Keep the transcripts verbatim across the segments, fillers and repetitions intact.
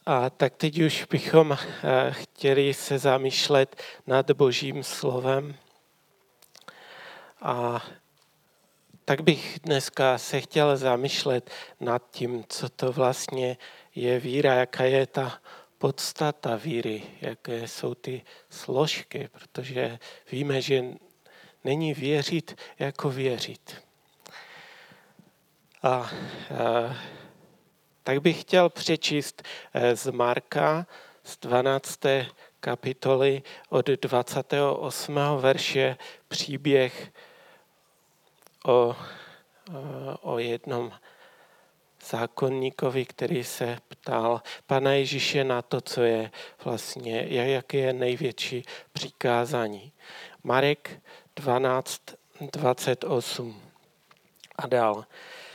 A tak teď už bychom chtěli se zamýšlet nad Božím slovem. A tak bych dneska se chtěl zamýšlet nad tím, co to vlastně je víra, jaká je ta podstata víry, jaké jsou ty složky, protože víme, že není věřit jako věřit. A, a tak bych chtěl přečíst z Marka z dvanácté kapitoly od dvacátého osmého verše příběh o, o jednom zákonníkovi, který se ptal Pana Ježíše na to, co je vlastně, jaké je největší přikázání. Marek dvanáct dvacet osm a dál.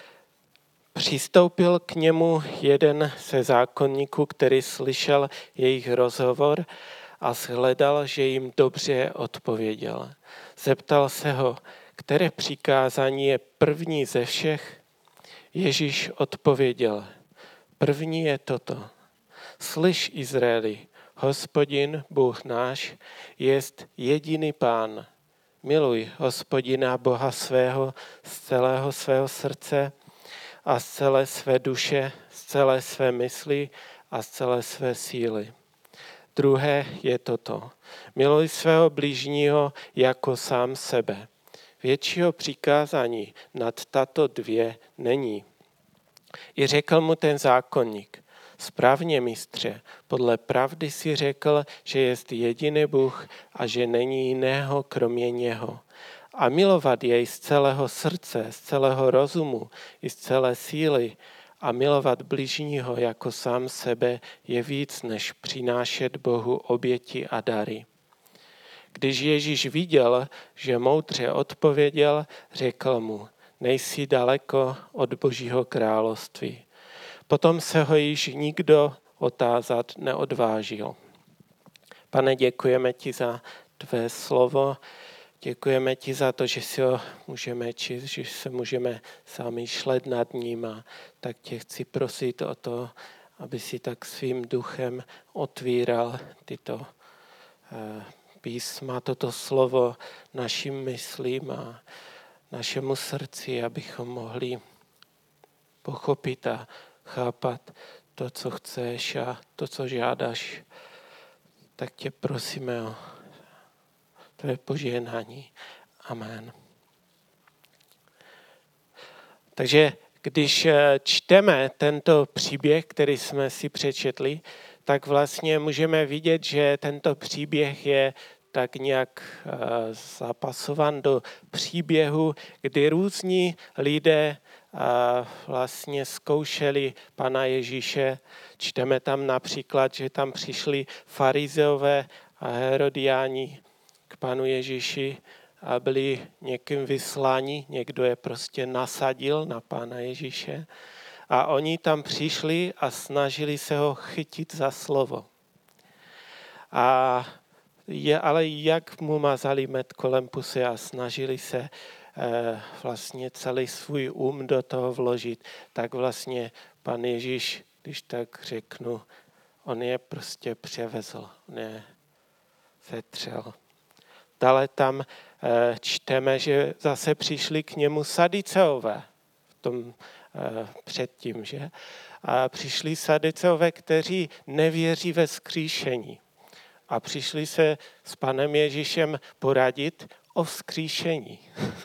Přistoupil k němu jeden ze zákonníků, který slyšel jejich rozhovor a shledal, že jim dobře odpověděl. Zeptal se ho, které přikázání je první ze všech? Ježíš odpověděl, první je toto. Slyš, Izraeli, Hospodin, Bůh náš, jest jediný Pán. Miluj Hospodina Boha svého z celého svého srdce a z celé své duše, z celé své mysli a z celé své síly. Druhé je toto. Miluj svého bližního jako sám sebe. Většího přikázání nad tato dvě není. I řekl mu ten zákonník, správně, mistře, podle pravdy si řekl, že jest jediný Bůh a že není jiného kromě něho. A milovat jej z celého srdce, z celého rozumu i z celé síly a milovat bližního jako sám sebe je víc, než přinášet Bohu oběti a dary. Když Ježíš viděl, že moudře odpověděl, řekl mu, nejsi daleko od Božího království. Potom se ho již nikdo otázat neodvážil. Pane, děkujeme ti za tvé slovo, děkujeme ti za to, že si ho můžeme číst, že se můžeme zamýšlet nad ním a tak tě chci prosit o to, aby si tak svým duchem otvíral tyto písma, toto slovo našim myslím a našemu srdci, abychom mohli pochopit a chápat to, co chceš a to, co žádáš. Tak tě prosíme o tvé požehnání. Amen. Takže když čteme tento příběh, který jsme si přečetli, tak vlastně můžeme vidět, že tento příběh je tak nějak zapasovan do příběhu, kdy různí lidé vlastně zkoušeli Pana Ježíše. Čteme tam například, že tam přišli farizeové a herodiáni k Panu Ježíši a byli někým vysláni, někdo je prostě nasadil na Pána Ježíše. A oni tam přišli a snažili se ho chytit za slovo. A je, ale jak mu mazali med kolem pusy a snažili se eh, vlastně celý svůj um do toho vložit, tak vlastně Pan Ježíš, když tak řeknu, on je prostě převezl, on je setřel. Dále tam eh, čteme, že zase přišli k němu Sadiceové v tom předtím, že? A přišli Sadiceové, kteří nevěří ve vzkříšení. A přišli se s Panem Ježíšem poradit o vzkříšení.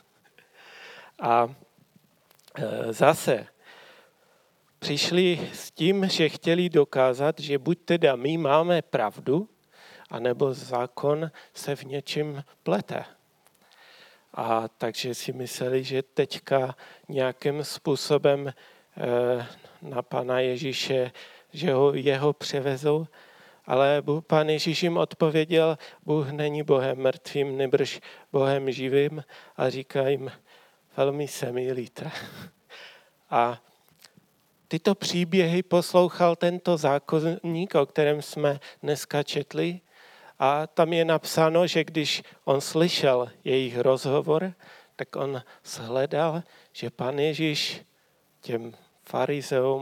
A zase přišli s tím, že chtěli dokázat, že buď teda my máme pravdu, anebo zákon se v něčem plete. A takže si mysleli, že teďka nějakým způsobem eh, na Pana Ježíše, že ho, jeho převezou, ale Pán Ježíš jim odpověděl, Bůh není Bohem mrtvým, nebrž Bohem živým a říká jim, velmi se mýlíte. A tyto příběhy poslouchal tento zákonník, o kterém jsme dneska četli, a tam je napsáno, že když on slyšel jejich rozhovor, tak on shledal, že Pan Ježíš těm farizeům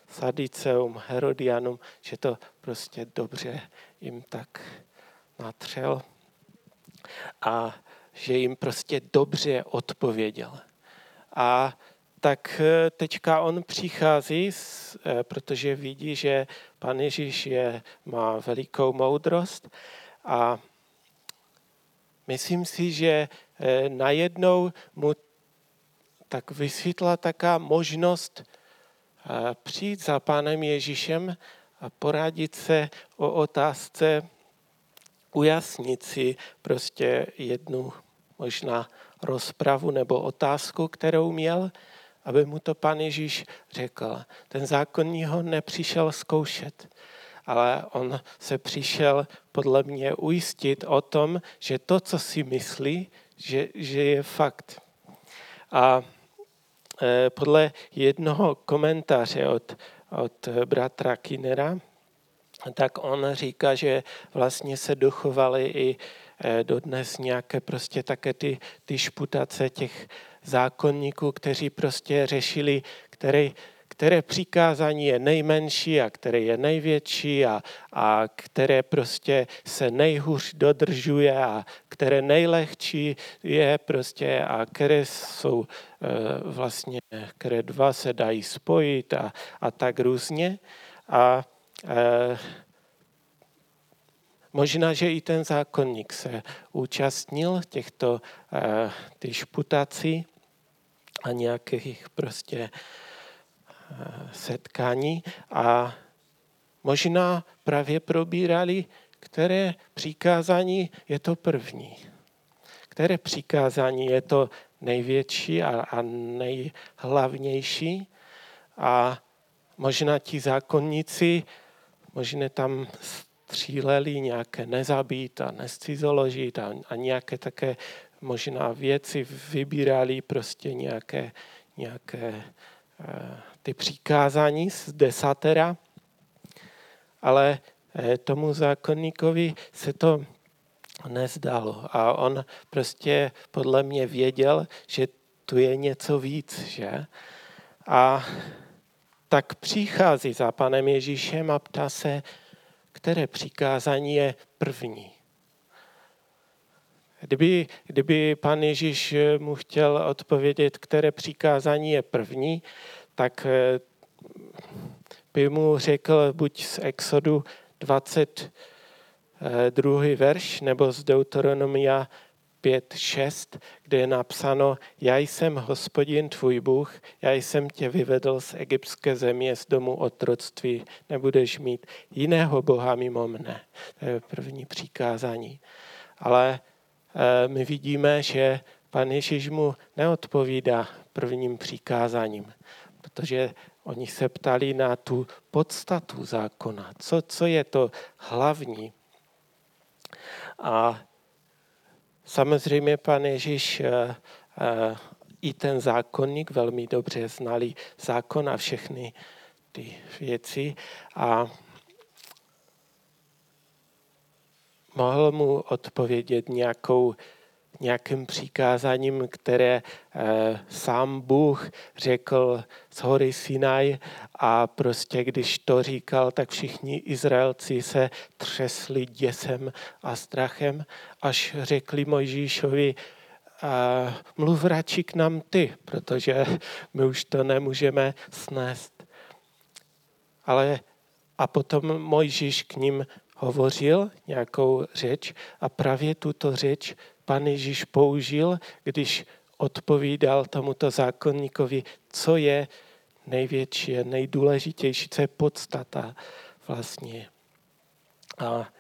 Sadiceum, Herodianum, že to prostě dobře jim tak natřel a že jim prostě dobře odpověděl. A tak teďka on přichází, protože vidí, že Pán Ježíš je, má velikou moudrost a myslím si, že najednou mu tak vysvětla taká možnost přijít za Pánem Ježíšem a poradit se o otázce, ujasnit si prostě jednu možná rozpravu nebo otázku, kterou měl, aby mu to Pán Ježíš řekl. Ten zákonník ho nepřišel zkoušet, ale on se přišel podle mě ujistit o tom, že to, co si myslí, že, že je fakt. A e, podle jednoho komentáře od, od bratra Kinnera, tak on říká, že vlastně se dochovaly i dodnes nějaké prostě také ty, ty šputace těch zákonníků, kteří prostě řešili, které, které přikázání je nejmenší a které je největší a, a které prostě se nejhůř dodržuje a které nejlehčí je prostě a které jsou e, vlastně, které dva se dají spojit a, a tak různě. A e, možná, že i ten zákonník se účastnil těchto uh, ty šputací a nějakých prostě uh, setkání a možná právě probírali, které přikázání je to první. Které přikázání je to největší a, a nejhlavnější a možná ti zákonníci, možná tam stříleli nějaké nezabít a nescizoložit a, a nějaké také možná věci vybírali prostě nějaké, nějaké uh, ty přikázání z desatera, ale uh, tomu zákonníkovi se to nezdalo a on prostě podle mě věděl, že tu je něco víc, že? A tak přichází za Pánem Ježíšem a ptá se, které přikázání je první. Kdyby, kdyby Pán Ježíš mu chtěl odpovědět, které přikázání je první, tak by mu řekl buď z Exodu dvacet druhý verš nebo z Deuteronomia pět šest, kde je napsáno: Já jsem Hospodin tvůj Bůh, já jsem tě vyvedl z egyptské země, z domu otroctví, nebudeš mít jiného Boha mimo mne. To je první přikázání. Ale e, my vidíme, že Pán Ježíš mu neodpovídá prvním přikázáním, protože oni se ptali na tu podstatu zákona. Co, co je to hlavní? A samozřejmě Pán Ježíš uh, uh, i ten zákonník velmi dobře znali zákon a všechny ty věci a mohl mu odpovědět nějakou, nějakým přikázáním, které uh, sám Bůh řekl z hory Sinaj a prostě když to říkal, tak všichni Izraelci se třesli děsem a strachem, až řekli Mojžíšovi: uh, mluv radši k nám ty, protože my už to nemůžeme snést. Ale a potom Mojžíš k ním hovořil nějakou řeč a právě tuto řeč Pán Ježíš použil, když odpovídal tomuto zákonníkovi, co je největší, nejdůležitější, co je podstata vlastně. A, a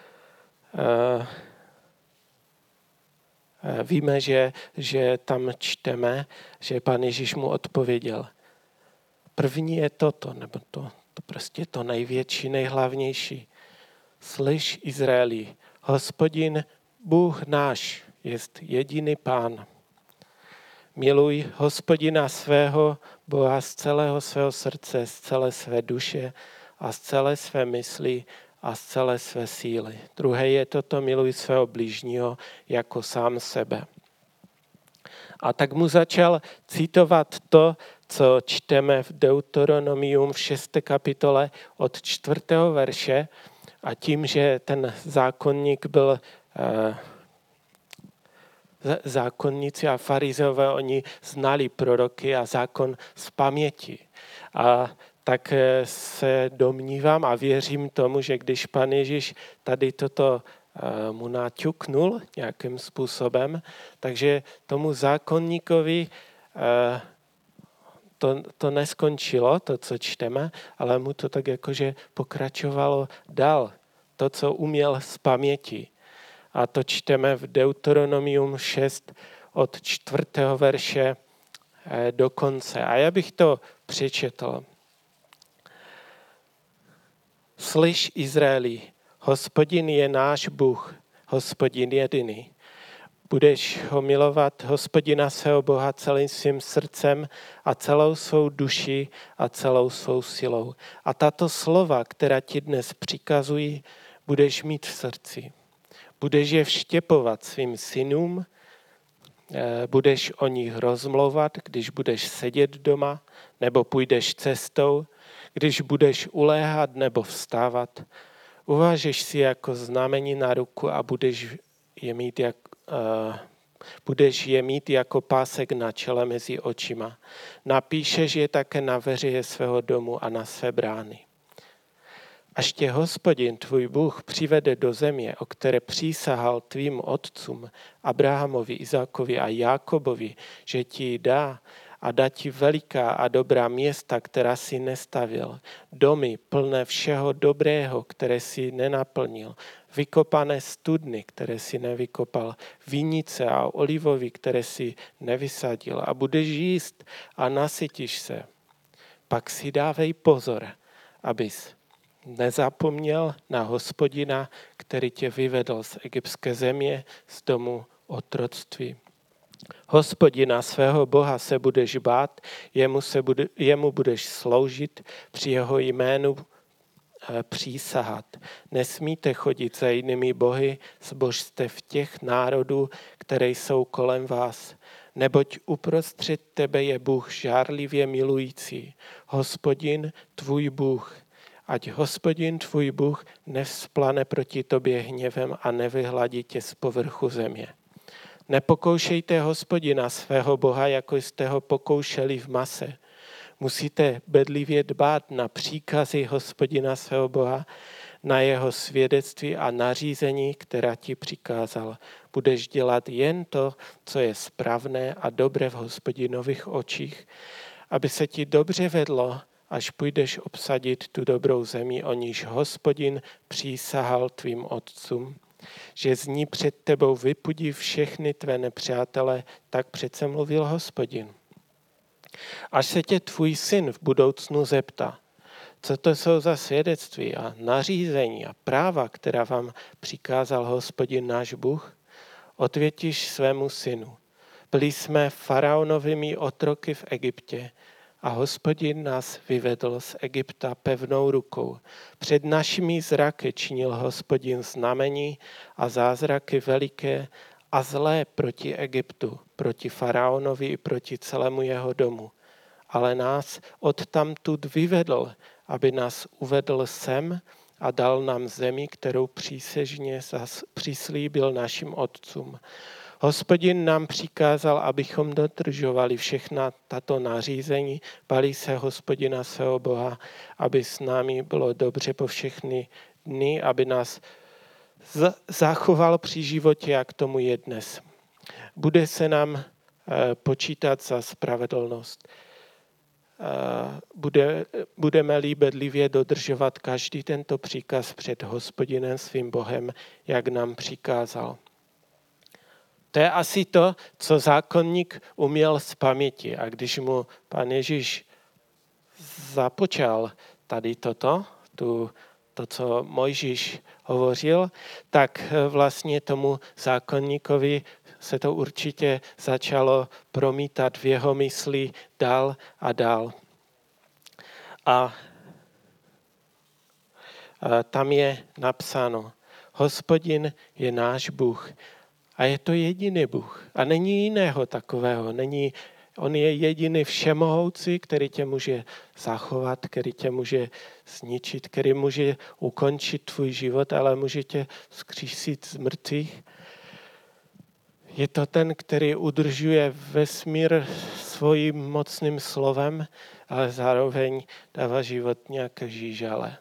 víme, že, že tam čteme, že Pán Ježíš mu odpověděl. První je toto, nebo to, to prostě to největší, nejhlavnější. Slyš, Izraeli, Hospodin, Bůh náš, jest jediný Pán. Miluj Hospodina svého Boha z celého svého srdce, z celé své duše a z celé své mysli a z celé své síly. Druhé je toto: miluj svého bližního jako sám sebe. A tak mu začal citovat to, co čteme v Deuteronomium v šesté kapitole od čtvrtého verše a tím, že ten zákonník byl eh, zákonníci a farizeové, oni znali proroky a zákon z paměti. A tak se domnívám a věřím tomu, že když Pan Ježíš tady toto mu naťuknul nějakým způsobem, takže tomu zákonníkovi to, to neskončilo, to, co čteme, ale mu to tak jakože pokračovalo dál. To, co uměl z paměti. A to čteme v Deuteronomium šest od čtvrtého verše do konce. A já bych to přečetl. Slyš, Izraeli, Hospodin je náš Bůh, Hospodin jediný. Budeš ho milovat, Hospodina svého Boha, celým svým srdcem a celou svou duší a celou svou silou. A tato slova, která ti dnes přikazují, budeš mít v srdci. Budeš je vštěpovat svým synům, budeš o nich rozmlouvat, když budeš sedět doma, nebo půjdeš cestou, když budeš uléhat nebo vstávat. Uvážeš si jako znamení na ruku a budeš je mít, jak, uh, budeš je mít jako pásek na čele mezi očima. Napíšeš je také na veřeje svého domu a na své brány. Až tě Hospodin, tvůj Bůh, přivede do země, o které přísahal tvým otcům, Abrahamovi, Izákovi a Jákobovi, že ti ji dá a dá ti veliká a dobrá města, která si nestavil, domy plné všeho dobrého, které si nenaplnil, vykopané studny, které si nevykopal, vinice a olivovy, které si nevysadil a budeš jíst a nasytíš se. Pak si dávej pozor, abys nezapomněl na Hospodina, který tě vyvedl z egyptské země, z domu otroctví. Hospodina svého Boha se budeš bát, jemu, se bude, jemu budeš sloužit, při jeho jménu e, přísahat. Nesmíte chodit za jinými bohy, zbožstev těch národů, které jsou kolem vás. Neboť uprostřed tebe je Bůh žárlivě milující, Hospodin tvůj Bůh. Ať Hospodin tvůj Bůh nevzplane proti tobě hněvem a nevyhladí tě z povrchu země. Nepokoušejte Hospodina svého Boha, jako jste ho pokoušeli v Mase. Musíte bedlivě dbát na příkazy Hospodina svého Boha, na jeho svědectví a nařízení, která ti přikázal. Budeš dělat jen to, co je správné a dobré v Hospodinových očích, aby se ti dobře vedlo, až půjdeš obsadit tu dobrou zemi, o níž Hospodin přísahal tvým otcům, že z ní před tebou vypudí všechny tvé nepřátele, tak přece mluvil Hospodin. Až se tě tvůj syn v budoucnu zeptá, co to jsou za svědectví a nařízení a práva, která vám přikázal Hospodin náš Bůh, odvětíš svému synu. Byli jsme faraonovými otroky v Egyptě, a Hospodin nás vyvedl z Egypta pevnou rukou. Před našimi zraky činil Hospodin znamení a zázraky veliké a zlé proti Egyptu, proti faraonovi i proti celému jeho domu. Ale nás odtamtud vyvedl, aby nás uvedl sem a dal nám zemi, kterou přísežně přislíbil našim otcům. Hospodin nám přikázal, abychom dodržovali všechna tato nařízení, bali se Hospodina svého Boha, aby s námi bylo dobře po všechny dny, aby nás zachoval při životě, jak tomu je dnes. Bude se nám počítat za spravedlnost. Bude, budeme-li bedlivě dodržovat každý tento příkaz před Hospodinem svým Bohem, jak nám přikázal. To je asi to, co zákonník uměl z paměti. A když mu Pan Ježíš započal tady toto, tu, to, co Mojžíš hovořil, tak vlastně tomu zákonníkovi se to určitě začalo promítat v jeho mysli dál a dál. A, a tam je napsáno, Hospodin je náš Bůh. A je to jediný Bůh. A není jiného takového. Není On je jediný všemohoucí, který tě může zachovat, který tě může zničit, který může ukončit tvůj život, ale může tě vzkřísit z mrtvých. Je to ten, který udržuje vesmír svým mocným slovem, ale zároveň dává život nějaké žížale.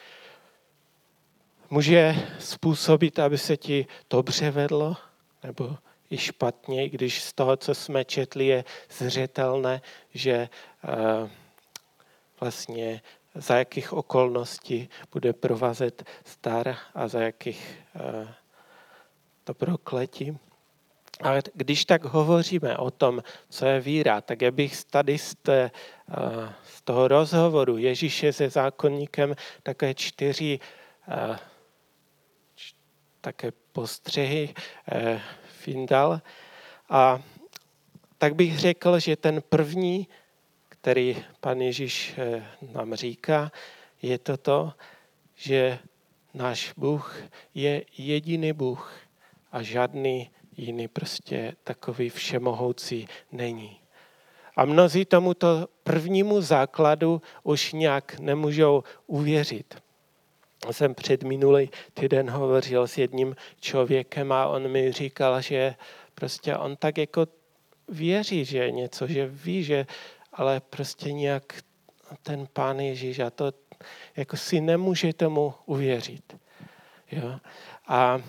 Může způsobit, aby se ti dobře vedlo, nebo i špatně, když z toho, co jsme četli, je zřetelné, že uh, vlastně za jakých okolností bude provázet zdar a za jakých uh, to prokletí. Ale když tak hovoříme o tom, co je víra, tak já bych tady z, té, uh, z toho rozhovoru Ježíše se zákonníkem také čtyři uh, č- také postřehy uh, vyndal. A tak bych řekl, že ten první, který pan Ježíš nám říká, je toto, že náš Bůh je jediný Bůh a žádný jiný prostě takový všemohoucí není. A mnozí tomuto prvnímu základu už nějak nemůžou uvěřit. Jsem před minulý týden hovořil s jedním člověkem a on mi říkal, že prostě on tak jako věří, že něco, že ví, že, ale prostě nějak ten Pán Ježíš a to jako si nemůže tomu uvěřit. Jo? A,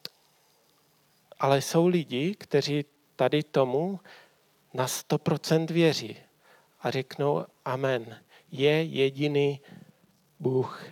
ale jsou lidi, kteří tady tomu na sto procent věří a řeknou amen. Je jediný Bůh.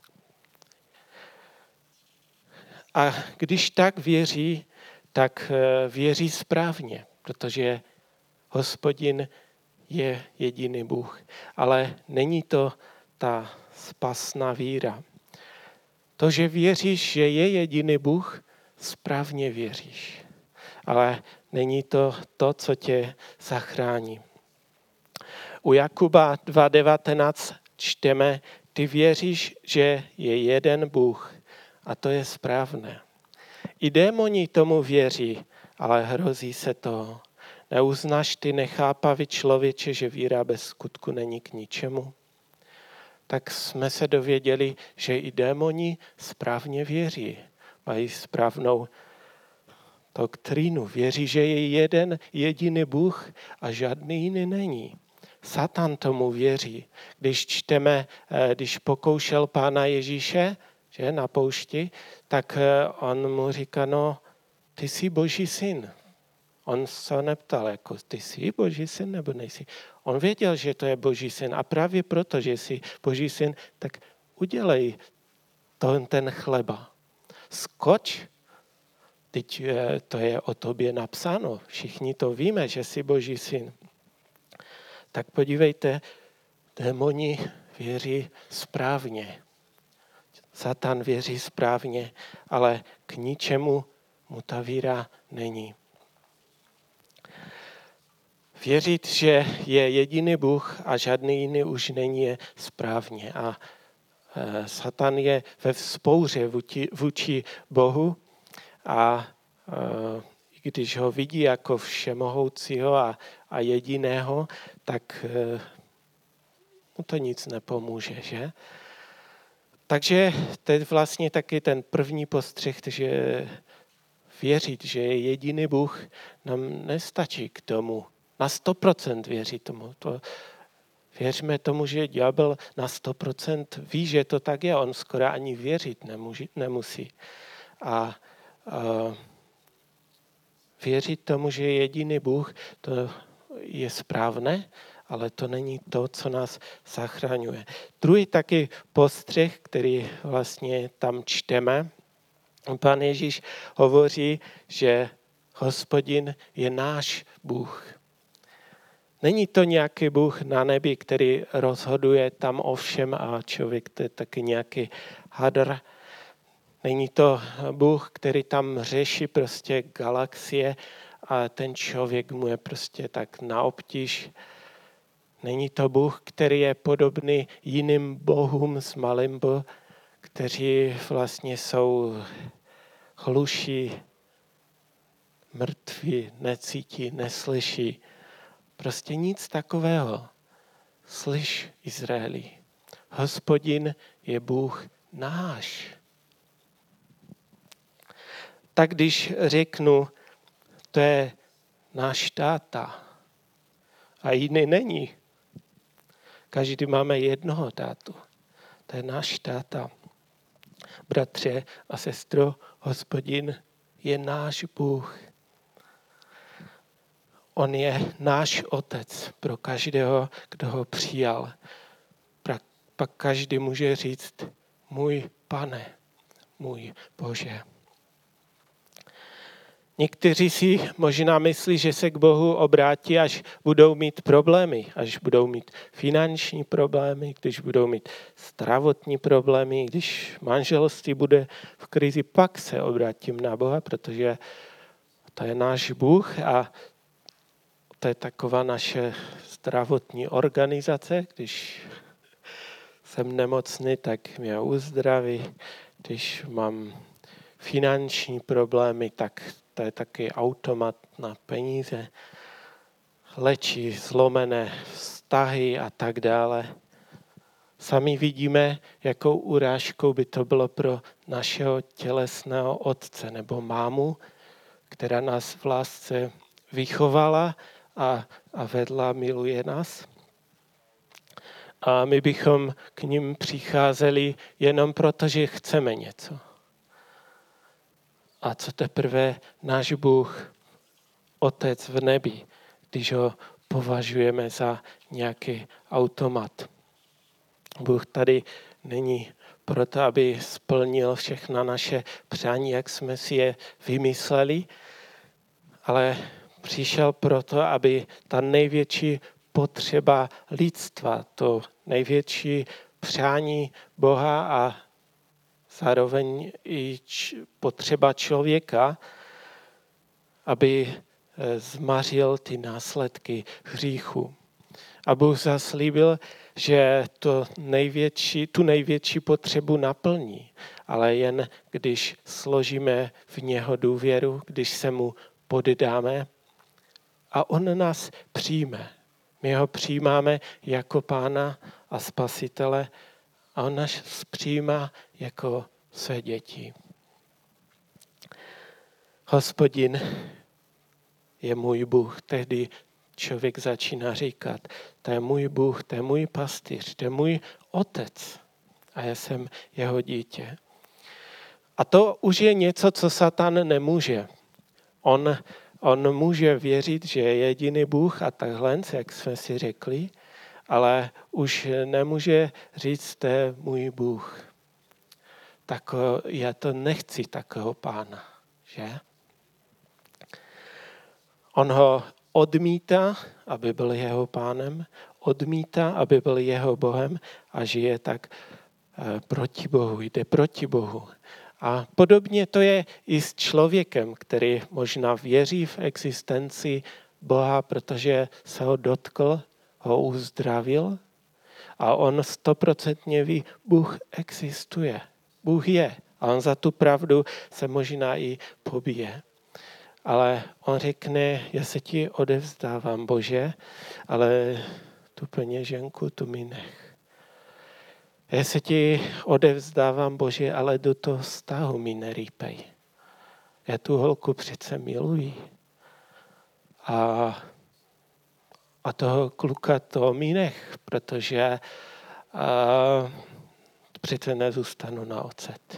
A když tak věří, tak věří správně, protože Hospodin je jediný Bůh. Ale není to ta spasná víra. To, že věříš, že je jediný Bůh, správně věříš. Ale není to to, co tě zachrání. U Jakuba dva devatenáct čteme, ty věříš, že je jeden Bůh. A to je správné. I démoni tomu věří, ale hrozí se toho. Neuznáš ty nechápavý člověče, že víra bez skutku není k ničemu? Tak jsme se dověděli, že i démoni správně věří. Mají správnou doktrínu. Věří, že je jeden jediný Bůh a žádný jiný není. Satan tomu věří. Když čteme, když pokoušel Pána Ježíše, že na poušti, tak on mu říká, no, ty jsi Boží syn. On se neptal, jako ty jsi Boží syn nebo nejsi. On věděl, že to je Boží syn a právě proto, že jsi Boží syn, tak udělej to, ten chleba. Skoč, teď to je o tobě napsáno. Všichni to víme, že jsi Boží syn. Tak podívejte, démoni věří správně. Satan věří správně, ale k ničemu mu ta víra není. Věřit, že je jediný Bůh a žádný jiný už není, je správně. A e, Satan je ve vzpouře vůči, vůči Bohu a e, když ho vidí jako všemohoucího a, a jediného, tak e, mu to nic nepomůže, že? Takže to je vlastně taky ten první postřeh, že věřit, že je jediný Bůh, nám nestačí k tomu. Na sto procent věří tomu. To, věřme tomu, že ďábel na sto procent ví, že to tak je. On skoro ani věřit nemůže, nemusí. A, a věřit tomu, že je jediný Bůh, to je správné, ale to není to, co nás zachraňuje. Druhý taky postřeh, který vlastně tam čteme, Pán Ježíš hovoří, že Hospodin je náš Bůh. Není to nějaký Bůh na nebi, který rozhoduje tam o všem a člověk to je taky nějaký hadr. Není to Bůh, který tam řeší prostě galaxie a ten člověk mu je prostě tak na obtíž. Není to Bůh, který je podobný jiným bohům z malým bo, kteří vlastně jsou hluší, mrtví, necítí, neslyší. Prostě nic takového. Slyš, Izraeli, Hospodin je Bůh náš. Tak když řeknu, to je náš táta a jiný není. Každý máme jednoho tátu. To je náš táta. Bratře a sestro, Hospodin je náš Bůh. On je náš otec pro každého, kdo ho přijal. Pak každý může říct, můj Pane, můj Bože. Někteří si možná myslí, že se k Bohu obrátí, až budou mít problémy, až budou mít finanční problémy, když budou mít zdravotní problémy, když manželství bude v krizi, pak se obrátím na Boha, protože to je náš Bůh a to je taková naše zdravotní organizace. Když jsem nemocný, tak mě uzdraví. Když mám finanční problémy, tak to je taky automat na peníze. Léčí zlomené vztahy a tak dále. Sami vidíme, jakou urážkou by to bylo pro našeho tělesného otce nebo mámu, která nás v lásce vychovala a, a vedla, miluje nás. A my bychom k nim přicházeli jenom proto, že chceme něco. A co teprve náš Bůh, Otec v nebi, když ho považujeme za nějaký automat. Bůh tady není proto, aby splnil všechna naše přání, jak jsme si je vymysleli, ale přišel proto, aby ta největší potřeba lidstva, to největší přání Boha a zároveň i č- potřeba člověka, aby zmařil ty následky hříchu. A Bůh zaslíbil, že to největší, tu největší potřebu naplní, ale jen když složíme v něho důvěru, když se mu poddáme a on nás přijme. My ho přijímáme jako Pána a Spasitele a on nás přijímá jako své děti. Hospodin je můj Bůh. Tehdy člověk začíná říkat, to je můj Bůh, to je můj pastýř, to je můj otec a já jsem jeho dítě. A to už je něco, co Satan nemůže. On, on může věřit, že je jediný Bůh a takhle, jak jsme si řekli, ale už nemůže říct, to je můj Bůh. Tak já to nechci takového pána, že? On ho odmítá, aby byl jeho pánem, odmítá, aby byl jeho Bohem a žije tak proti Bohu, jde proti Bohu. A podobně to je i s člověkem, který možná věří v existenci Boha, protože se ho dotkl, ho uzdravil a on stoprocentně ví, Bůh existuje, Bůh je a on za tu pravdu se možná i pobije. Ale on řekne, já se ti odevzdávám, Bože, ale tu peněženku tu mi nech. Já se ti odevzdávám, Bože, ale do toho vztahu mi nerýpej. Já tu holku přece miluji. A, a toho kluka to mi nech, protože a, přece nezůstanu na ocet.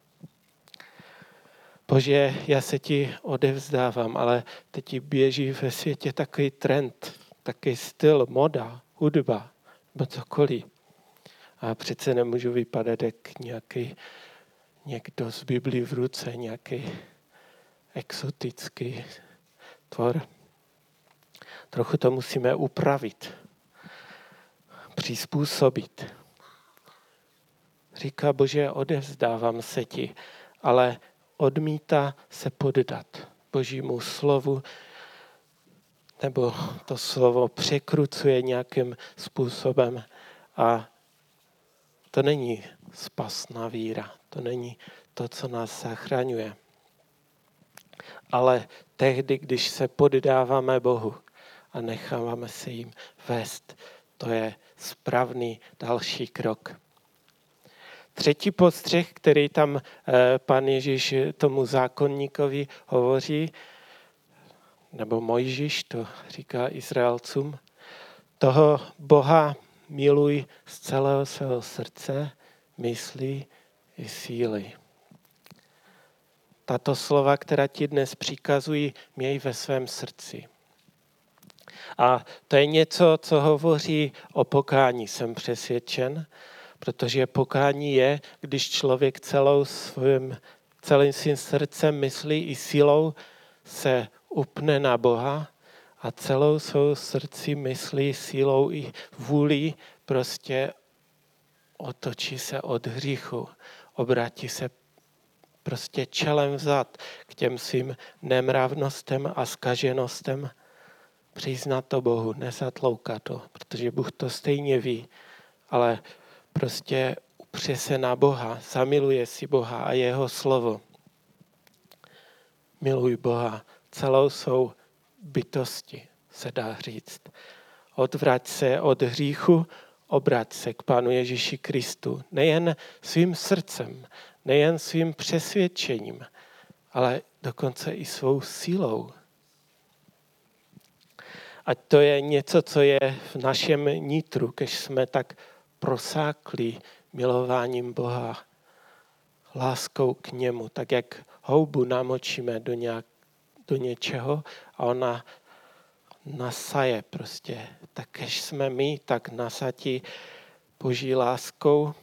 Bože, já se ti odevzdávám, ale teď běží ve světě takový trend, takový styl, moda, hudba, nebo cokoliv. A přece nemůžu vypadat jak nějaký někdo z Biblí v ruce, nějaký exotický tvor. Trochu to musíme upravit, přizpůsobit. Říká, Bože, odevzdávám se ti, ale odmítá se poddat Božímu slovu, nebo to slovo překrucuje nějakým způsobem a to není spasná víra, to není to, co nás zachraňuje. Ale tehdy, když se poddáváme Bohu a necháváme se jim vést. To je správný další krok. Třetí postřeh, který tam pan Ježíš tomu zákonníkovi hovoří, nebo Mojžíš to říká Izraelcům, toho Boha miluj z celého svého srdce, myslí i síly. Tato slova, která ti dnes přikazují, měj ve svém srdci. A to je něco, co hovoří o pokání, jsem přesvědčen, protože pokání je, když člověk celou svým, celým svým srdcem, myslí i silou se upne na Boha a celou svou srdci, myslí, sílou i vůlí prostě otočí se od hříchu, obrátí se prostě čelem vzad k těm svým nemravnostem a zkaženostem, přiznat to Bohu, nezatloukat to, protože Bůh to stejně ví, ale prostě upře se na Boha, zamiluje si Boha a jeho slovo. Miluj Boha celou svou bytosti, se dá říct. Odvrať se od hříchu, obrať se k Pánu Ježíši Kristu. Nejen svým srdcem, nejen svým přesvědčením, ale dokonce i svou sílou. Ať to je něco, co je v našem nitru, když jsme tak prosáklí milováním Boha, láskou k němu, tak jak houbu namočíme do, nějak, do něčeho a ona nasaje prostě. Tak když jsme my tak nasatí Boží láskou.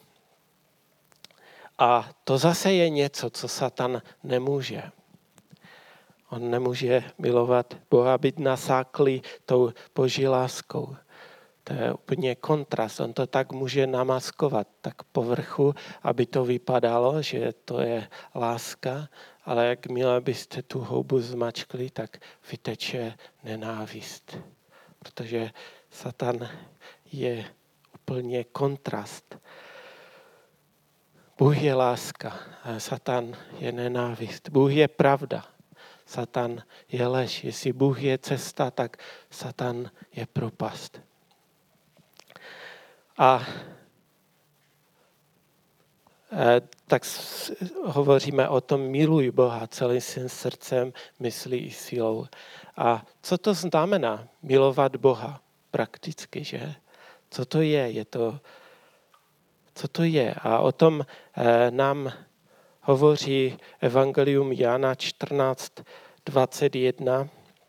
A to zase je něco, co Satan nemůže. On nemůže milovat Boha, být nasáklý tou Boží láskou. To je úplně kontrast. On to tak může namaskovat, tak povrchu, aby to vypadalo, že to je láska, ale jakmile byste tu houbu zmačkli, tak vyteče nenávist. Protože Satan je úplně kontrast. Bůh je láska a Satan je nenávist. Bůh je pravda. Satan je lež. Jestli Bůh je cesta, tak Satan je propast. A tak hovoříme o tom, miluj Boha celým svým srdcem, myslí i silou. A co to znamená milovat Boha prakticky, že? Co to je? Je to, co to je? A o tom nám hovoří Evangelium Jana čtrnáct dvacet jedna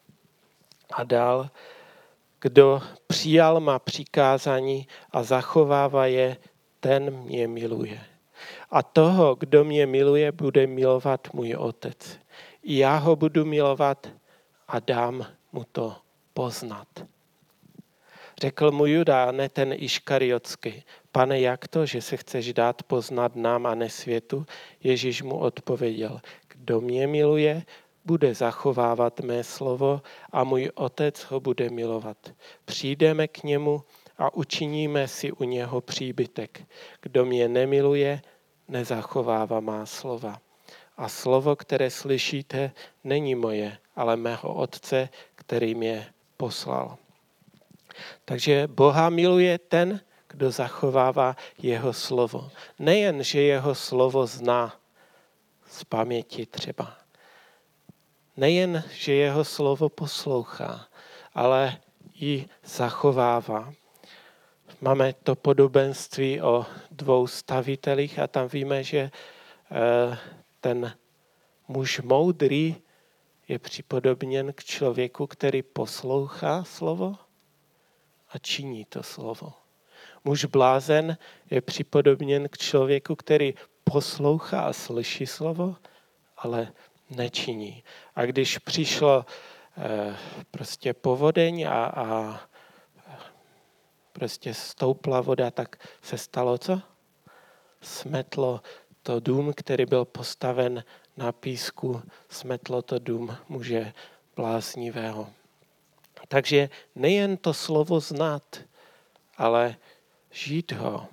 a dál. Kdo přijal má přikázání a zachovává je, ten mě miluje. A toho, kdo mě miluje, bude milovat můj Otec. I já ho budu milovat a dám mu to poznat. Řekl mu Juda, ne ten Iškariotský, Pane, jak to, že se chceš dát poznat nám a ne světu? Ježíš mu odpověděl, kdo mě miluje, bude zachovávat mé slovo a můj Otec ho bude milovat. Přijdeme k němu a učiníme si u něho příbytek. Kdo mě nemiluje, nezachovává má slova. A slovo, které slyšíte, není moje, ale mého Otce, který mě poslal. Takže Boha miluje ten, kdo zachovává jeho slovo. Nejen, že jeho slovo zná z paměti třeba. Nejen, že jeho slovo poslouchá, ale i zachovává. Máme to podobenství o dvou stavitelích a tam víme, že ten muž moudrý je připodobněn k člověku, který poslouchá slovo a činí to slovo. Muž blázen je připodobněn k člověku, který poslouchá a slyší slovo, ale nečiní. A když přišlo eh, prostě povodeň a, a prostě stoupla voda, tak se stalo co? Smetlo to dům, který byl postaven na písku, smetlo to dům muže bláznivého. Takže nejen to slovo znát, ale žít ho.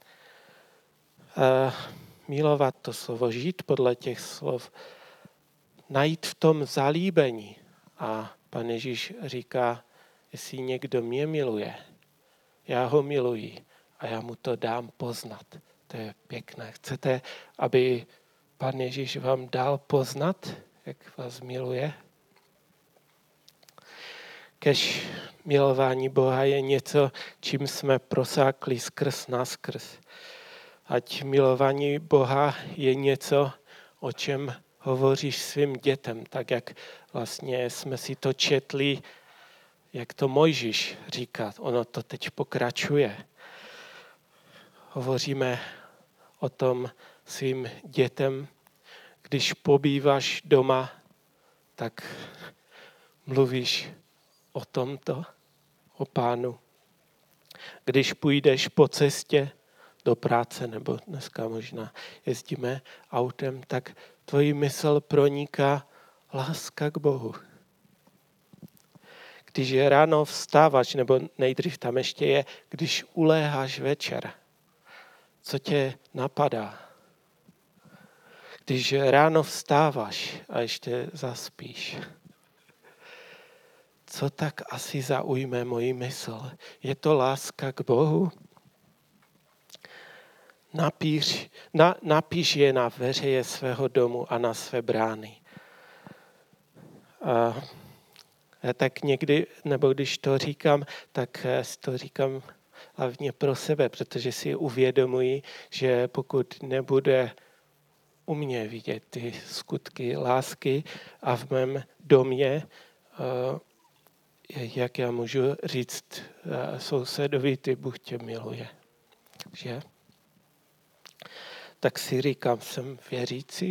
E, milovat to slovo, žít podle těch slov, najít v tom zalíbení. A Pan Ježíš říká, jestli někdo mě miluje, já ho miluji a já mu to dám poznat. To je pěkné. Chcete, aby Pán Ježíš vám dal poznat, jak vás miluje? Kež milování Boha je něco, čím jsme prosákli skrz naskrz. Ať milování Boha je něco, o čem hovoříš svým dětem, tak jak vlastně jsme si to četli, jak to Mojžíš říká. Ono to teď pokračuje. Hovoříme o tom svým dětem, když pobýváš doma, tak mluvíš o tomto, o Pánu. Když půjdeš po cestě do práce, nebo dneska možná jezdíme autem, tak tvojí mysl proniká láska k Bohu. Když je ráno vstáváš, nebo nejdřív tam ještě je, když uléháš večer, co tě napadá? Když ráno vstáváš a ještě zaspíš, co tak asi zaujme moji mysl? Je to láska k Bohu? Napíš, na, napíš je na veřeje svého domu a na své brány. A já tak někdy, nebo když to říkám, tak to říkám hlavně pro sebe, protože si uvědomuji, že pokud nebude u mě vidět ty skutky lásky a v mém domě, jak já můžu říct sousedovi, ty Bůh tě miluje. Že? Tak si říkám, jsem věřící.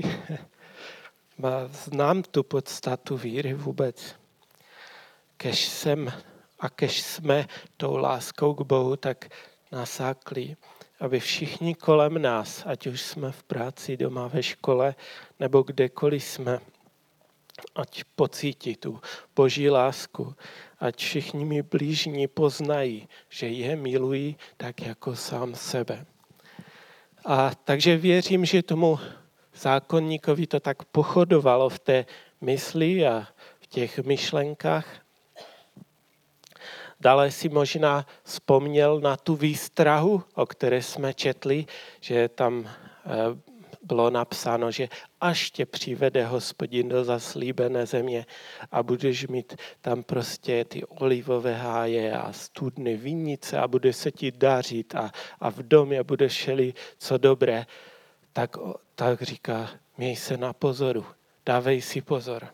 Znám tu podstatu víry vůbec. Kež jsem a kež jsme tou láskou k Bohu tak nasákli, aby všichni kolem nás, ať už jsme v práci, doma, ve škole, nebo kdekoliv jsme, ať pocítí tu Boží lásku, ať všichni mi blížní poznají, že je milují tak jako sám sebe. A takže věřím, že tomu zákonníkovi to tak pochodovalo v té mysli a v těch myšlenkách. Dále si možná vzpomněl na tu výstrahu, o které jsme četli, že tam bylo napsáno, že až tě přivede Hospodin do zaslíbené země a budeš mít tam prostě ty olivové háje a studny, vinice a bude se ti dařit a, a v domě bude všeli co dobré, tak, tak říká, měj se na pozoru, dávej si pozor.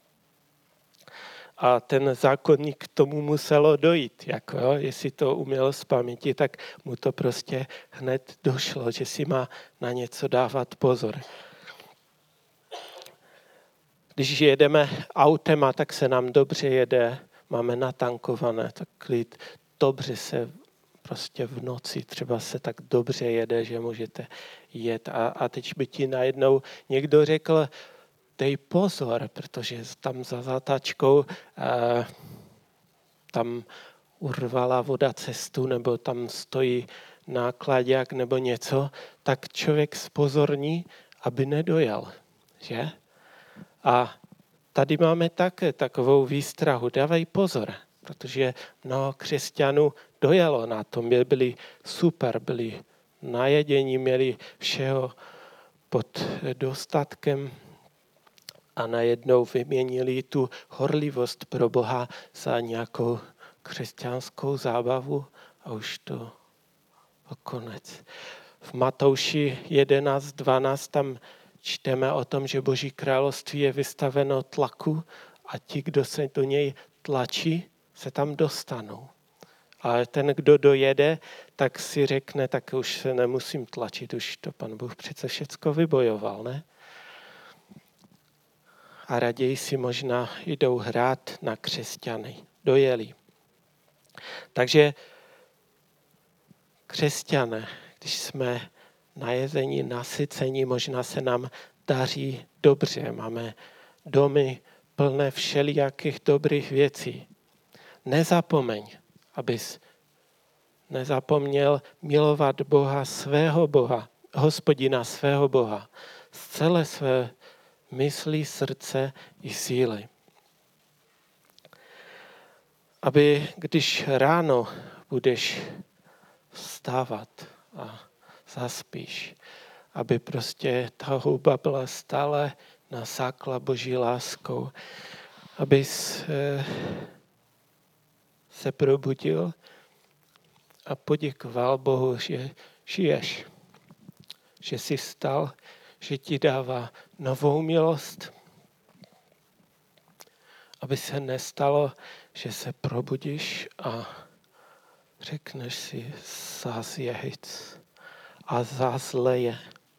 A ten zákonník k tomu muselo dojít. Jako, jo, jestli to uměl z paměti, tak mu to prostě hned došlo, že si má na něco dávat pozor. Když jedeme autem, tak se nám dobře jede, máme natankované, tak klid, dobře se prostě v noci třeba se tak dobře jede, že můžete jet. A, a teď by ti najednou někdo řekl, dej pozor, protože tam za zatačkou eh, tam urvala voda cestu, nebo tam stojí nákladák nebo něco, tak člověk spozorní, aby nedojel. Že? A tady máme také takovou výstrahu. Dávej pozor, protože mnoho křesťanů dojelo na tom. Byli super, byli najedení, měli všeho pod dostatkem, a najednou vyměnili tu horlivost pro Boha za nějakou křesťanskou zábavu a už to o konec. V Matouši jedenáct dvanáct tam čteme o tom, že Boží království je vystaveno tlaku a ti, kdo se do něj tlačí, se tam dostanou. A ten, kdo dojede, tak si řekne, tak už se nemusím tlačit, už to Pan Bůh přece všecko vybojoval, ne? A raději si možná jdou hrát na křesťany. Dojeli. Takže křesťané, když jsme najezení, nasycení, možná se nám daří dobře. Máme domy plné všelijakých dobrých věcí. Nezapomeň, abys nezapomněl milovat Boha, svého Boha, Hospodina svého Boha, z celé své mysli, srdce i síly. aby když ráno budeš vstávat a zaspíš, aby prostě ta houba byla stále nasákla Boží láskou, abys se probudil a poděkoval Bohu, že žiješ, že jsi vstal, že ti dává novou milost, aby se nestalo, že se probudíš a řekneš si, zás je hyc a zás leje.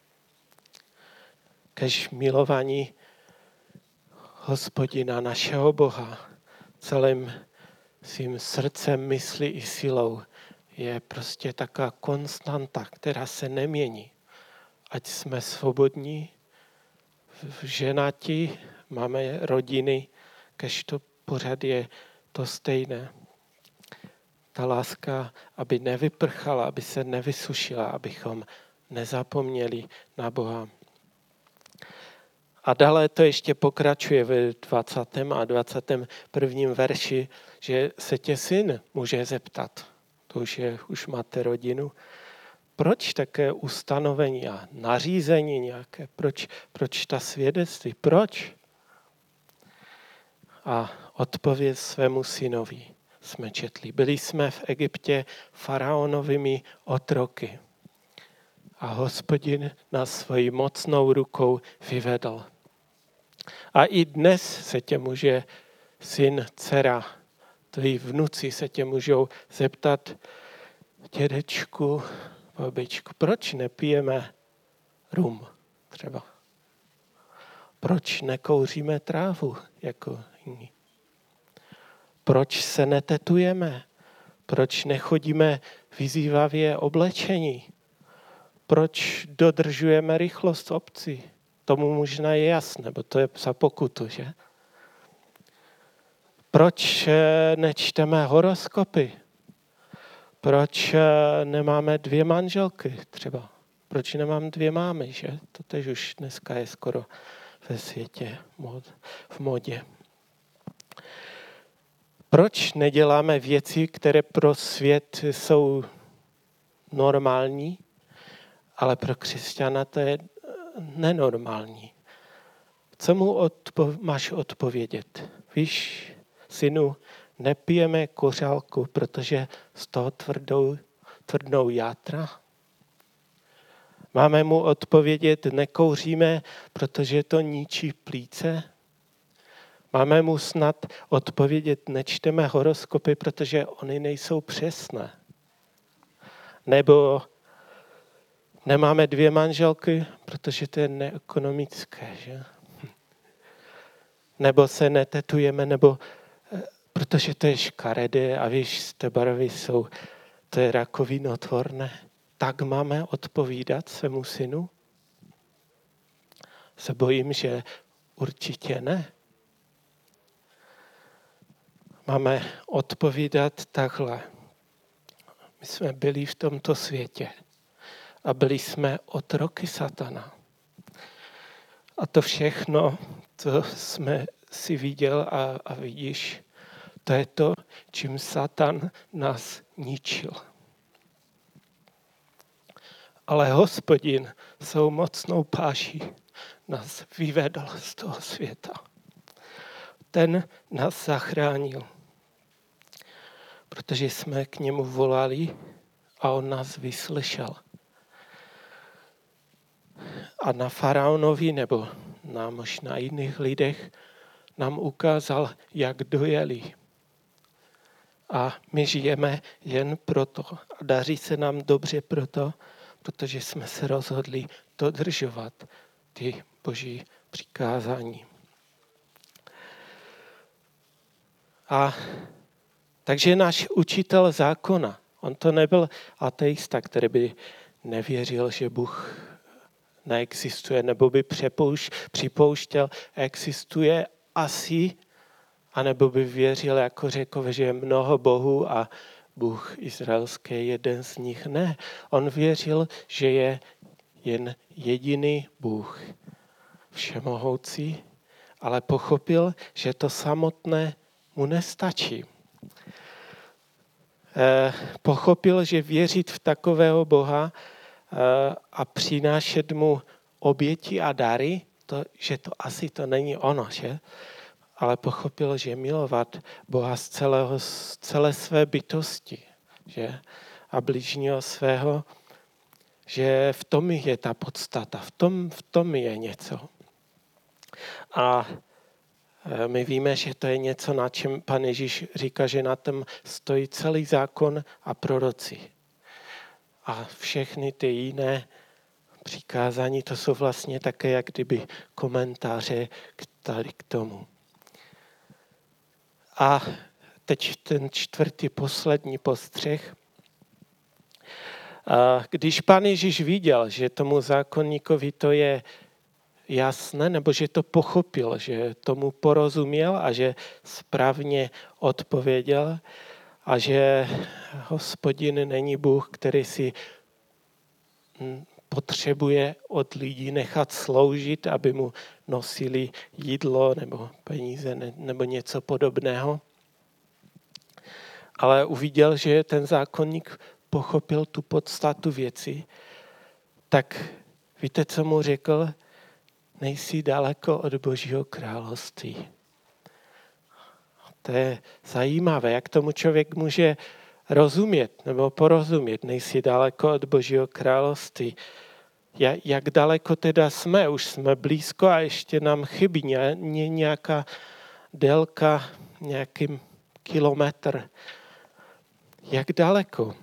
Kež milování Hospodina, našeho Boha, celým svým srdcem, myslí i silou, je prostě taková konstanta, která se nemění. Ať jsme svobodní, ženatí, máme rodiny, kež to pořád je to stejné. Ta láska, aby nevyprchala, aby se nevysušila, abychom nezapomněli na Boha. A dále to ještě pokračuje ve dvacátém a dvacátém prvním verši, že se tě syn může zeptat, to už, je, už máte rodinu, proč také ustanovení a nařízení nějaké, proč, proč ta svědectví, proč? A odpověď svému synovi jsme četli. Byli jsme v Egyptě faraonovými otroky a Hospodin nás svojí mocnou rukou vyvedl. A i dnes se tě může syn, dcera, tvoji vnuci se tě můžou zeptat, dědečku, babičku, proč nepijeme rum třeba? Proč nekouříme trávu jako jiní? Proč se netetujeme? Proč nechodíme vyzývavě oblečení? Proč dodržujeme rychlost v obci? Tomu možná je jasné, bo to je za pokutu, že? Proč nečteme horoskopy? Proč nemáme dvě manželky třeba? Proč nemám dvě mámy, že? To tež už dneska je skoro ve světě v modě. Proč neděláme věci, které pro svět jsou normální, ale pro křesťana to je nenormální? Co mu odpo- máš odpovědět? Víš, synu, nepijeme kořálku, protože z toho tvrdou, tvrdnou játra? Máme mu odpovědět, nekouříme, protože to ničí plíce? Máme mu snad odpovědět, nečteme horoskopy, protože oni nejsou přesné? Nebo nemáme dvě manželky, protože to je neekonomické, že? Nebo se netetujeme, nebo protože to je škaredé a víš, ty barvy jsou, to je rakovinotvorné. Tak máme odpovídat svému synu? Se bojím, že určitě ne. Máme odpovídat takhle. My jsme byli v tomto světě a byli jsme otroky satana. A to všechno, co jsme si viděl a, a vidíš, to je to, čím Satan nás ničil. Ale Hospodin svou mocnou páší nás vyvedl z toho světa. Ten nás zachránil, protože jsme k němu volali a on nás vyslyšel. A na faraonovi nebo na možná jiných lidech nám ukázal, jak dojeli. A my žijeme jen proto. A daří se nám dobře proto, protože jsme se rozhodli dodržovat ty Boží přikázání. A takže náš učitel zákona, on to nebyl ateista, který by nevěřil, že Bůh neexistuje, nebo by přepouš, připouštěl, existuje asi, anebo by věřil, jako řekl, že je mnoho bohů a Bůh izraelský je jeden z nich. Ne, on věřil, že je jen jediný Bůh, všemohoucí, ale pochopil, že to samotné mu nestačí. pochopil, že věřit v takového Boha a přinášet mu oběti a dary, to, že to asi to není ono, že? Ale pochopil, že milovat Boha z, celého, z celé své bytosti, že? A bližního svého, že v tom je ta podstata, v tom, v tom je něco. A my víme, že to je něco, na čem Pan Ježíš říká, že na tom stojí celý zákon a proroci. A všechny ty jiné přikázání, to jsou vlastně také jak kdyby komentáře k, tady k tomu. A teď ten čtvrtý, poslední postřeh. A když Pan Ježíš viděl, že tomu zákonníkovi to je jasné, nebo že to pochopil, že tomu porozuměl a že správně odpověděl a že Hospodin není Bůh, který si potřebuje od lidí nechat sloužit, aby mu nosili jídlo nebo peníze nebo něco podobného. Ale uviděl, že ten zákonník pochopil tu podstatu věci, tak víte, co mu řekl? Nejsi daleko od Božího království. To je zajímavé, jak tomu člověk může rozumět nebo porozumět. Nejsi daleko od Božího království. Jak daleko teda jsme? Už jsme blízko a ještě nám chybí nějaká délka, nějaký kilometr. Jak daleko?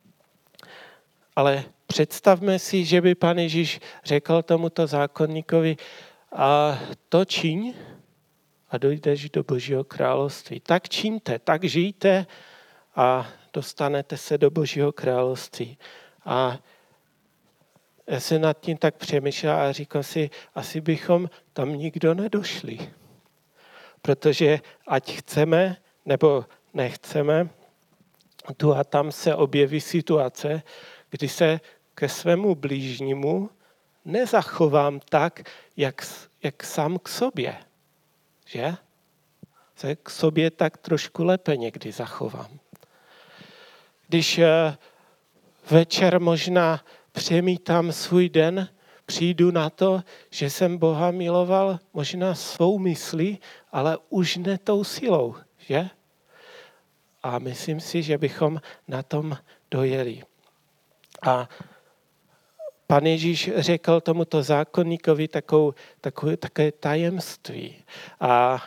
Ale představme si, že by Pan Ježíš řekl tomuto zákonníkovi, a to čiň a dojdeš do Božího království. Tak čiňte, tak žijte a dostanete se do Božího království. A já se nad tím tak přemýšlel a říkal si, asi bychom tam nikdo nedošli. Protože ať chceme nebo nechceme, tu a tam se objeví situace, kdy se ke svému blížnímu nezachovám tak, jak, jak sám k sobě. Že? Se k sobě tak trošku lépe někdy zachovám. Když večer možná přemítám svůj den, přijdu na to, že jsem Boha miloval možná svou myslí, ale už ne tou silou. Že? A myslím si, že bychom na tom dojeli. A Pan Ježíš řekl tomuto zákonníkovi takovou, takové, takové tajemství. A, a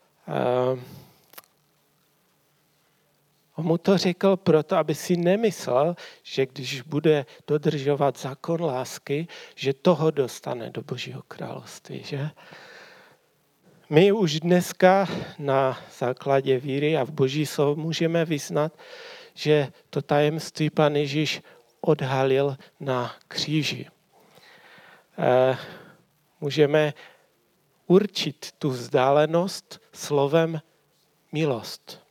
on mu to řekl proto, aby si nemyslel, že když bude dodržovat zákon lásky, že toho dostane do Božího království. Že? My už dneska na základě víry a v Boží slovo můžeme vyznat, že to tajemství Pan Ježíš odhalil na kříži. E, můžeme určit tu vzdálenost slovem milost.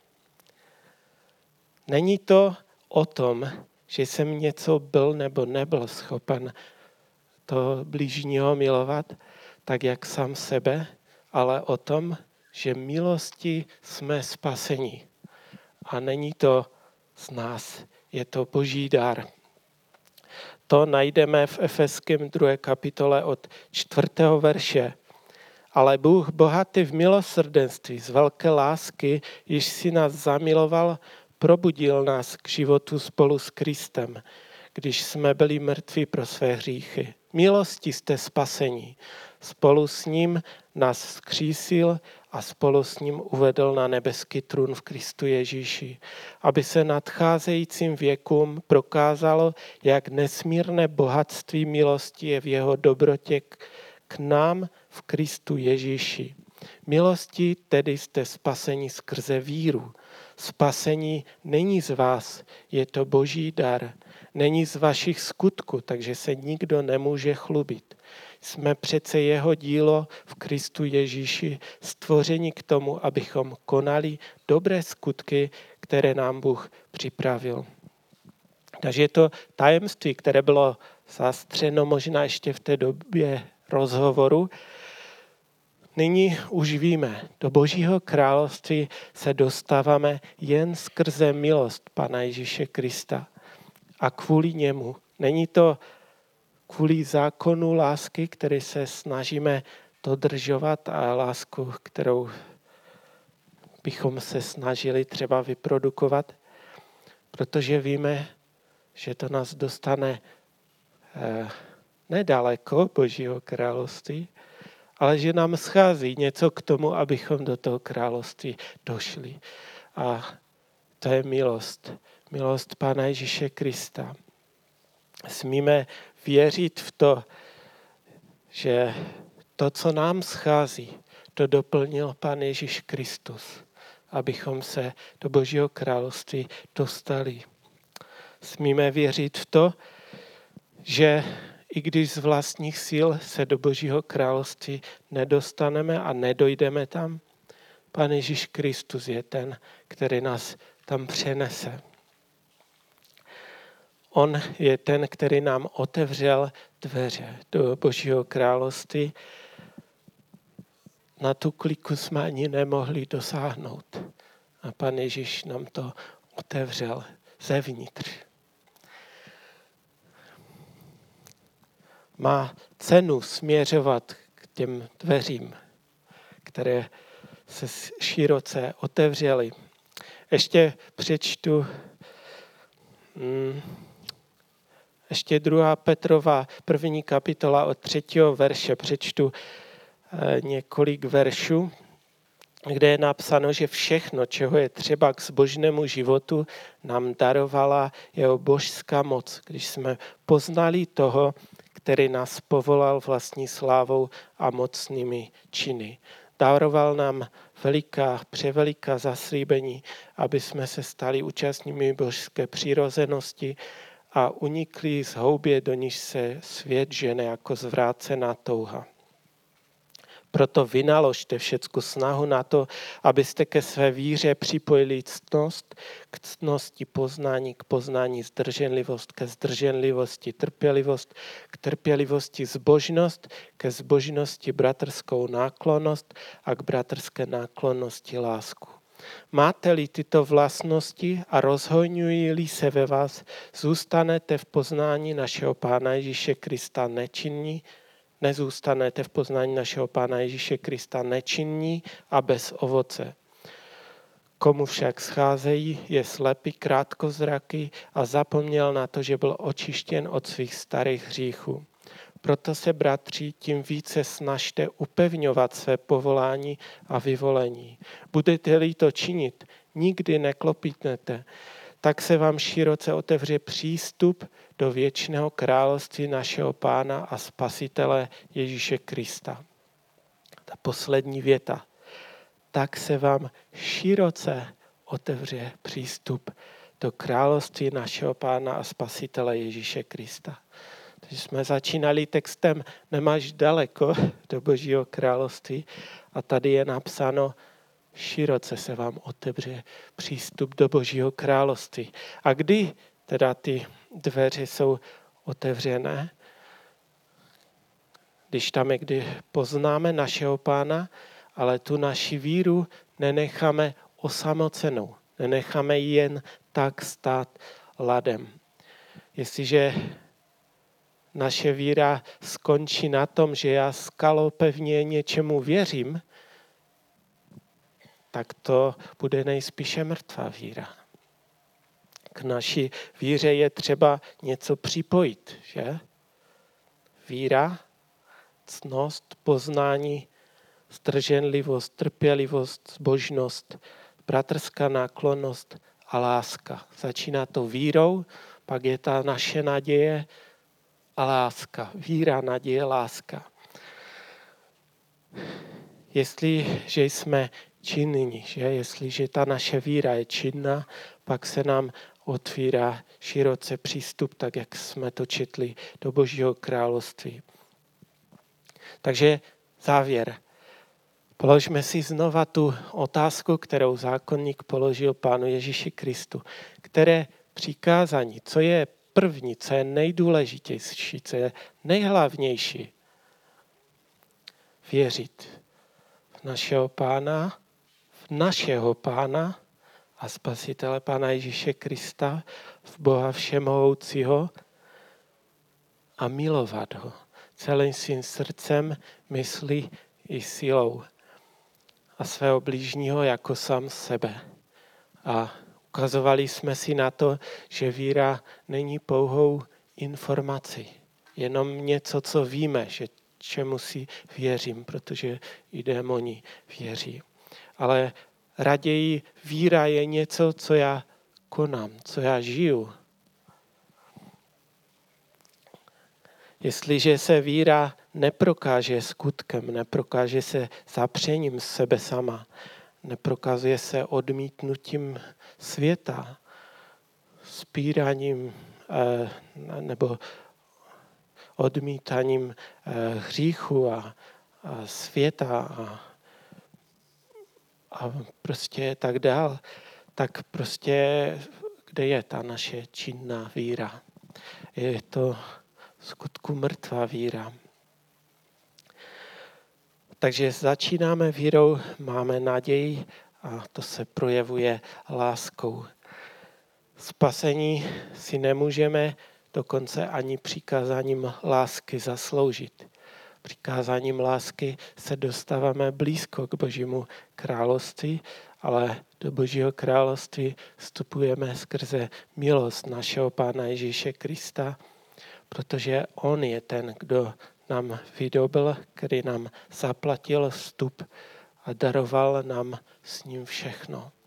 Není to o tom, že jsem něco byl nebo nebyl schopen toho blížního milovat, tak jak sám sebe, ale o tom, že milosti jsme spaseni. A není to z nás, je to Boží dar. To najdeme v Efeským druhé kapitole od čtvrtého verše. Ale Bůh bohatý v milosrdenství z velké lásky, již si nás zamiloval, probudil nás k životu spolu s Kristem, když jsme byli mrtví pro své hříchy. Milosti jste spasení. Spolu s ním nás vzkřísil a spolu s ním uvedl na nebeský trůn v Kristu Ježíši, aby se nadcházejícím věkům prokázalo, jak nesmírné bohatství milosti je v jeho dobrotě k nám v Kristu Ježíši. Milosti tedy jste spaseni skrze víru. Spasení není z vás, je to Boží dar. Není z vašich skutků, takže se nikdo nemůže chlubit. Jsme přece jeho dílo v Kristu Ježíši, stvoření k tomu, abychom konali dobré skutky, které nám Bůh připravil. Takže je to tajemství, které bylo zastřeno možná ještě v té době rozhovoru. Nyní už víme, do Božího království se dostáváme jen skrze milost Pana Ježíše Krista. A kvůli němu. Není to kvůli zákonu lásky, který se snažíme dodržovat, a lásku, kterou bychom se snažili třeba vyprodukovat, protože víme, že to nás dostane eh, nedaleko Božího království, ale že nám schází něco k tomu, abychom do toho království došli. A to je milost. Milost Pána Ježíše Krista. Smíme věřit v to, že to, co nám schází, to doplnil Pán Ježíš Kristus, abychom se do Božího království dostali. Smíme věřit v to, že i když z vlastních sil se do Božího království nedostaneme a nedojdeme tam, Pán Ježíš Kristus je ten, který nás tam přenese. On je ten, který nám otevřel dveře do Božího království. Na tu kliku jsme ani nemohli dosáhnout. A Pán Ježíš nám to otevřel zevnitř. Má cenu směřovat k těm dveřím, které se široce otevřely. Ještě přečtu hmm, ještě druhá Petrova první kapitola od třetího verše. Přečtu eh, několik veršů, kde je napsáno, že všechno, čeho je třeba k zbožnému životu, nám darovala jeho božská moc, když jsme poznali toho, který nás povolal vlastní slávou a mocnými činy. Daroval nám veliká, převeliká zaslíbení, aby jsme se stali účastními božské přirozenosti a unikli z houbě, do níž se svět žene jako zvrácená touha. Proto vynaložte všecku snahu na to, abyste ke své víře připojili ctnost, k ctnosti poznání, k poznání zdrženlivost, ke zdrženlivosti trpělivost, k trpělivosti zbožnost, ke zbožnosti bratrskou náklonnost a k bratrské náklonnosti lásku. Máte-li tyto vlastnosti a rozhojňují-li se ve vás, zůstanete v poznání našeho Pána Ježíše Krista nečinní, nezůstanete v poznání našeho Pána Ježíše Krista nečinní a bez ovoce. Komu však scházejí, je slepý, krátkozraký a zapomněl na to, že byl očištěn od svých starých hříchů. Proto se, bratři, tím více snažte upevňovat své povolání a vyvolení. Budete-li to činit, nikdy neklopítnete, tak se vám široce otevře přístup do věčného království našeho Pána a Spasitele Ježíše Krista. Ta poslední věta. Tak se vám široce otevře přístup do království našeho Pána a Spasitele Ježíše Krista. Takže jsme začínali textem nemáš daleko do Božího království a tady je napsáno široce se vám otevře přístup do Božího království. A kdy teda ty dveře jsou otevřené? Když tam je, kdy poznáme našeho Pána, ale tu naši víru nenecháme osamocenou. Nenecháme ji jen tak stát ladem. Jestliže naše víra skončí na tom, že já skalopevně něčemu věřím, tak to bude nejspíše mrtvá víra. K naší víře je třeba něco připojit, že? Víra, ctnost, poznání, zdrženlivost, trpělivost, zbožnost, bratrská náklonnost a láska. Začíná to vírou, pak je ta naše naděje a láska. Víra, naděje, láska. Jestliže jsme činní, že? Jestliže ta naše víra je činná, pak se nám otvírá široce přístup, tak jak jsme to četli, do Božího království. Takže závěr. Položme si znova tu otázku, kterou zákonník položil Pánu Ježíši Kristu. Které přikázání, co je první, co je nejdůležitější, co je nejhlavnější? Věřit. našeho Pána, v našeho Pána a Spasitele Pána Ježíše Krista, v Boha Všemohoucího a milovat ho celým svým srdcem, myslí i silou a svého blížního jako sám sebe. A ukazovali jsme si na to, že víra není pouhou informací, jenom něco, co víme, že čemu si věřím, protože i démoni věří. Ale raději víra je něco, co já konám, co já žiju. Jestliže se víra neprokáže skutkem, neprokáže se zapřením sebe sama, neprokazuje se odmítnutím světa, spíraním eh, nebo odmítaním eh, hříchu a, a světa a, a prostě tak dál, tak prostě kde je ta naše činná víra? Je to v skutku mrtvá víra. Takže začínáme vírou, máme naději a to se projevuje láskou. Spasení si nemůžeme dokonce ani přikázáním lásky zasloužit. Přikázáním lásky se dostáváme blízko k Božímu království, ale do Božího království vstupujeme skrze milost našeho Pána Ježíše Krista, protože on je ten, kdo nám vydobil, který nám zaplatil vstup a daroval nám s ním všechno.